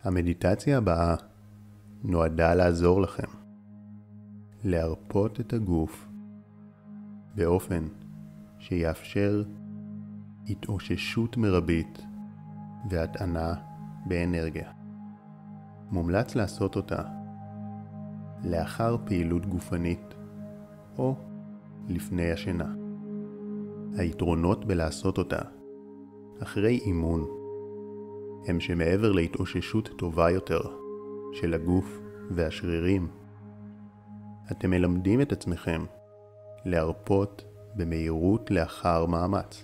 המדיטציה הבאה נועדה לעזור לכם להרפות את הגוף באופן שיאפשר התאוששות מרבית והטענה באנרגיה. מומלץ לעשות אותה לאחר פעילות גופנית או לפני השינה. היתרונות בלעשות אותה אחרי אימון הם שמעבר להתאוששות טובה יותר של הגוף והשרירים, אתם מלמדים את עצמכם להרפות במהירות לאחר מאמץ.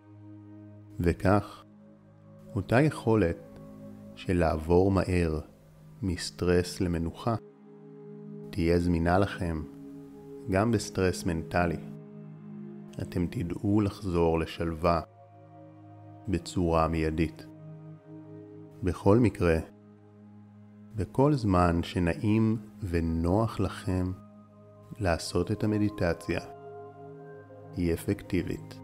וכך, אותה יכולת של לעבור מהר מסטרס למנוחה תהיה זמינה לכם גם בסטרס מנטלי. אתם תדעו לחזור לשלווה בצורה מיידית. בכל מקרה, בכל זמן שנעים ונוח לכם לעשות את המדיטציה, היא אפקטיבית.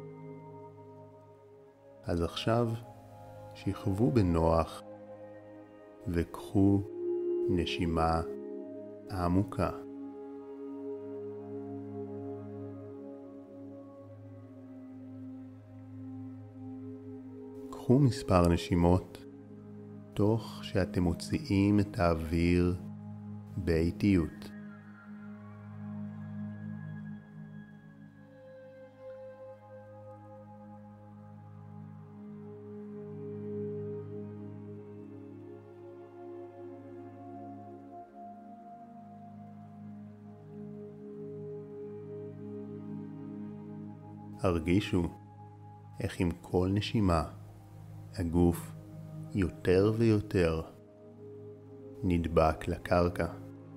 אז עכשיו שכבו בנוח וקחו נשימה עמוקה. קחו מספר נשימות תוך שאתם מוציאים את האוויר באיטיות. הרגישו איך עם כל נשימה הגוף יותר ויותר נדבק לקרקע.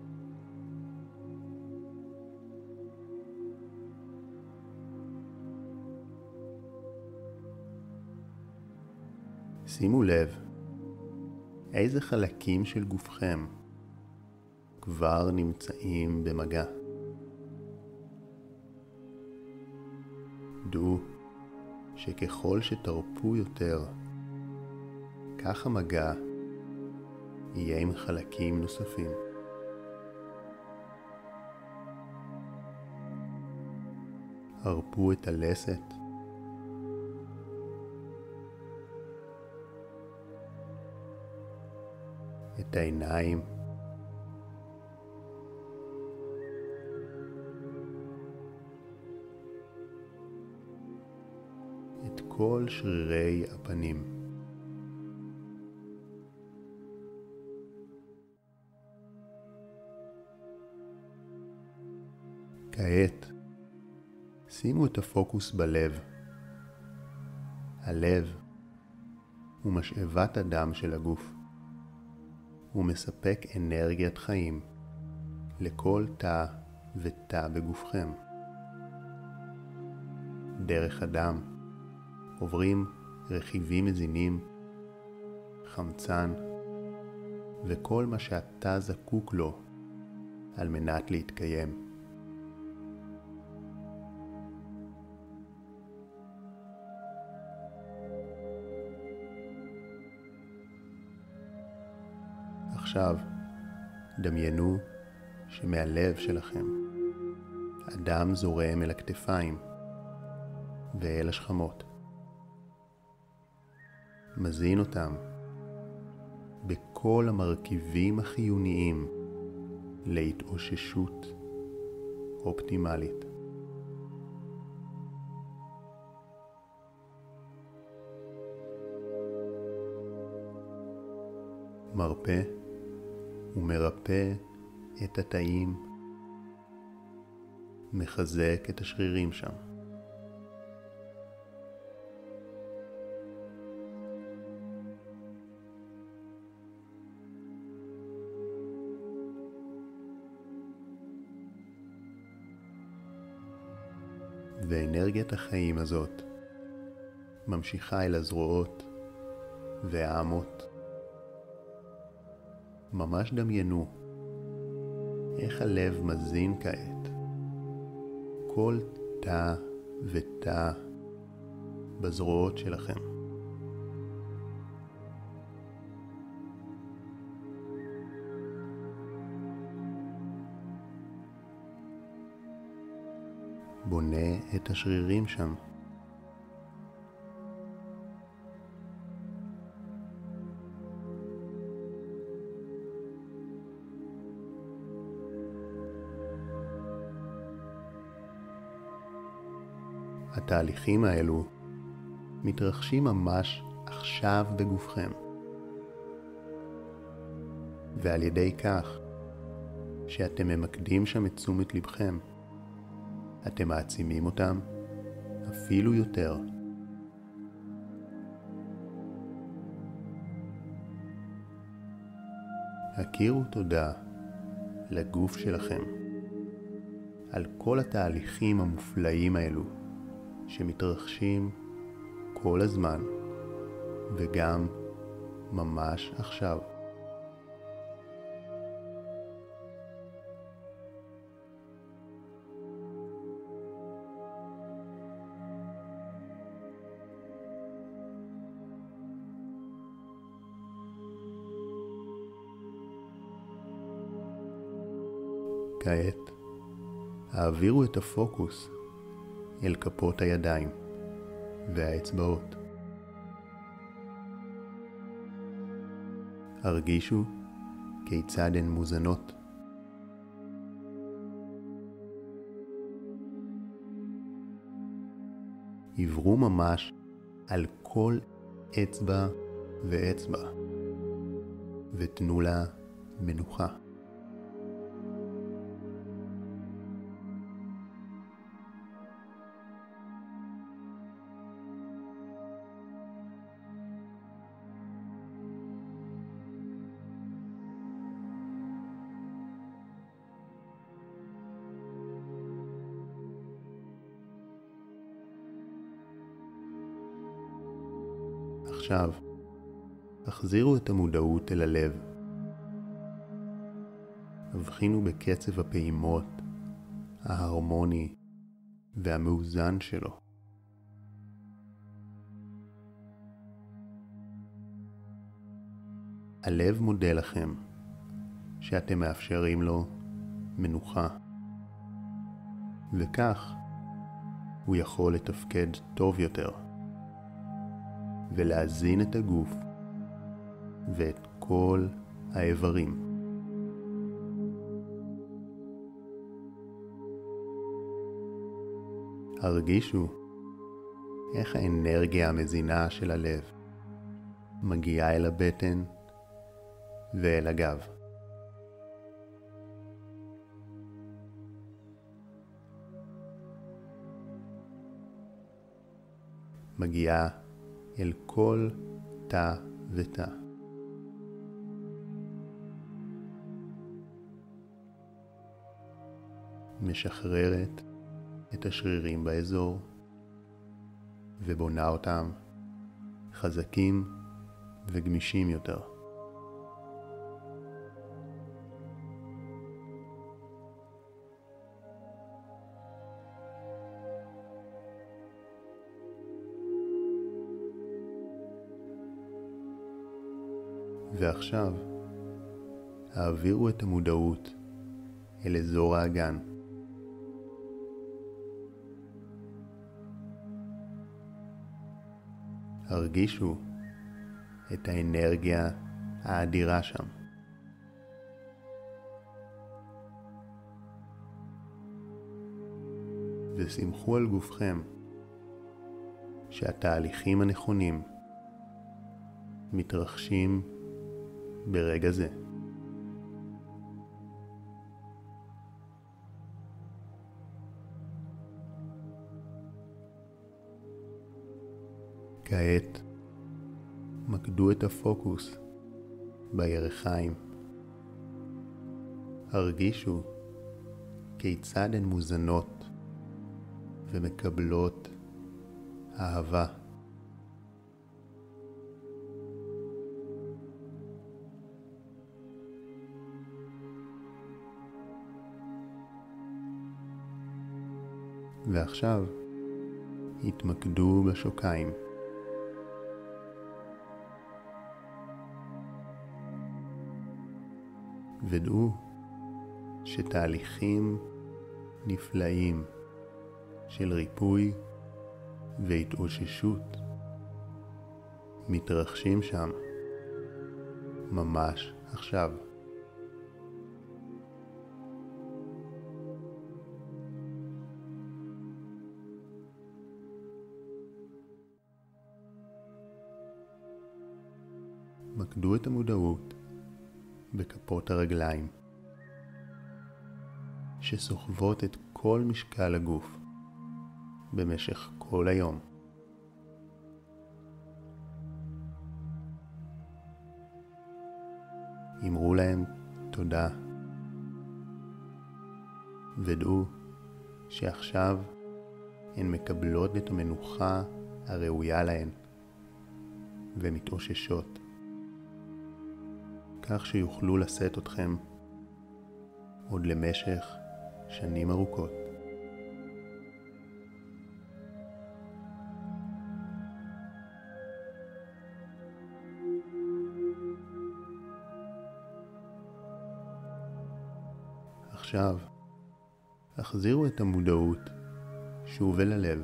שימו לב איזה חלקים של גופכם כבר נמצאים במגע. דעו שככל שתרפו יותר, כך המגע יהיה עם חלקים נוספים. הרפו את הלסת, את העיניים, את כל שרירי הפנים. כעת שימו את הפוקוס בלב. הלב הוא משאבת הדם של הגוף. הוא מספק אנרגיית חיים לכל תא ותא בגופכם. דרך הדם עוברים רכיבים מזינים, חמצן וכל מה שאתה זקוק לו על מנת להתקיים. עכשיו דמיינו שמהלב שלכם הדם זורם אל הכתפיים ואל השכמות. מזין אותם בכל המרכיבים החיוניים להתאוששות אופטימלית. מרפא ומרפא את התאים, מחזק את השרירים שם. ואנרגיית החיים הזאת ממשיכה אל הזרועות והאמות. ממש דמיינו איך הלב מזין כעת כל תא ותא בזרועות שלכם. בונה את השרירים שם. התהליכים האלו מתרחשים ממש עכשיו בגופכם. ועל ידי כך שאתם ממקדים שם את תשומת לבכם, אתם מעצימים אותם אפילו יותר. הכירו תודה לגוף שלכם על כל התהליכים המופלאים האלו שמתרחשים כל הזמן וגם ממש עכשיו. כעת, העבירו את הפוקוס אל כפות הידיים והאצבעות. הרגישו כיצד הן מוזנות. עברו ממש על כל אצבע ואצבע ותנו לה מנוחה. עכשיו, תחזירו את המודעות אל הלב. הבחינו בקצב הפעימות, ההרמוני והמאוזן שלו. הלב מודה לכם שאתם מאפשרים לו מנוחה, וכך הוא יכול לתפקד טוב יותר. ולהזין את הגוף ואת כל האיברים. הרגישו איך האנרגיה המזינה של הלב מגיעה אל הבטן ואל הגב. מגיעה אל כל תא ותא. משחררת את השרירים באזור ובונה אותם חזקים וגמישים יותר. ועכשיו, העבירו את המודעות אל אזור האגן. הרגישו את האנרגיה האדירה שם. וסמכו על גופכם שהתהליכים הנכונים מתרחשים ברגע זה. כעת מקדו את הפוקוס בירכיים. הרגישו כיצד הן מוזנות ומקבלות אהבה. ועכשיו התמקדו בשוקיים. ודעו שתהליכים נפלאים של ריפוי והתאוששות מתרחשים שם, ממש עכשיו. מקדו את המודעות בכפות הרגליים שסוחבות את כל משקל הגוף במשך כל היום. אמרו להם תודה ודעו שעכשיו הן מקבלות את המנוחה הראויה להן ומתאוששות, כך שיוכלו לשאת אתכם עוד למשך שנים ארוכות. עכשיו, החזירו את המודעות שוב אל הלב,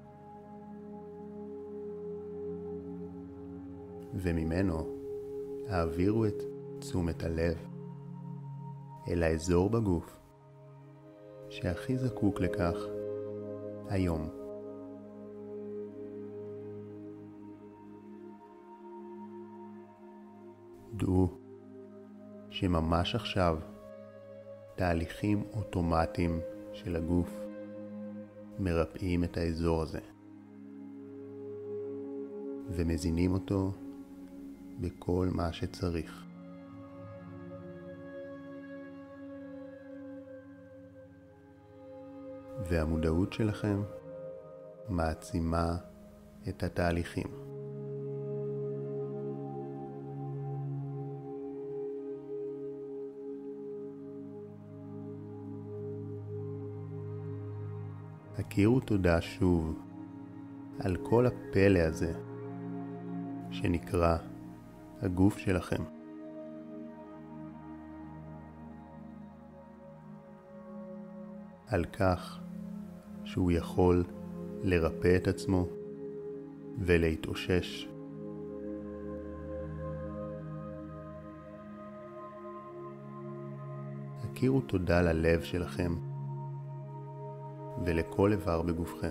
וממנו העבירו את תשומת הלב אל האזור בגוף שהכי זקוק לכך היום. דעו שממש עכשיו תהליכים אוטומטיים של הגוף מרפאים את האזור הזה ומזינים אותו בכל מה שצריך. והמודעות שלכם מעצימה את התהליכים. הכירו תודה שוב על כל הפלא הזה שנקרא הגוף שלכם. על כך שהוא יכול לרפא את עצמו ולהתאושש. הכירו תודה ללב שלכם ולכל איבר בגופכם.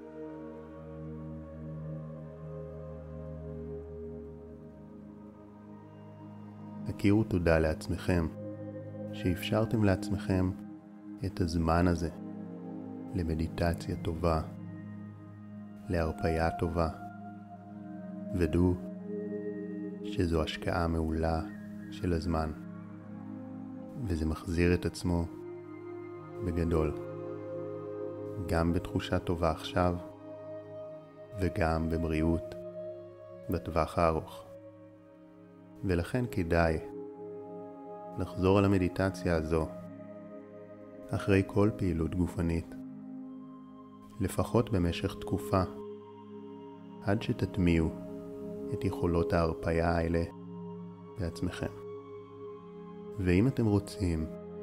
הכירו תודה לעצמכם שאפשרתם לעצמכם את הזמן הזה למדיטציה טובה, להרפאיה טובה, ודעו שזו השקעה מעולה של הזמן, וזה מחזיר את עצמו בגדול, גם בתחושה טובה עכשיו וגם בבריאות בטווח הארוך. ולכן כדאי לחזור על המדיטציה הזו אחרי כל פעילות גופנית, לפחות במשך תקופה, עד שתטמיעו את יכולות ההרפאיה האלה בעצמכם. ואם אתם רוצים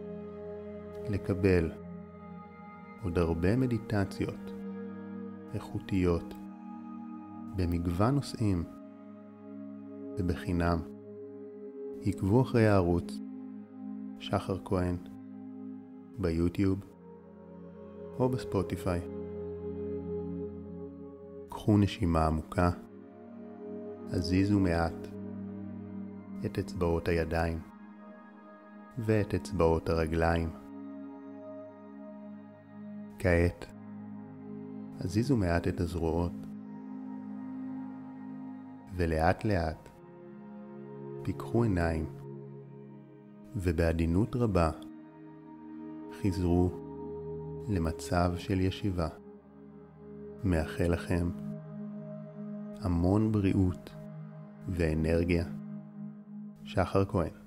לקבל עוד הרבה מדיטציות איכותיות במגוון נושאים ובחינם, עקבו אחרי הערוץ שחר כהן ביוטיוב או בספוטיפיי. קחו נשימה עמוקה, הזיזו מעט את אצבעות הידיים ואת אצבעות הרגליים. כעת הזיזו מעט את הזרועות, ולאט לאט פיקחו עיניים, ובעדינות רבה חזרו למצב של ישיבה. מאחל לכם המון בריאות ואנרגיה. שחר כהן.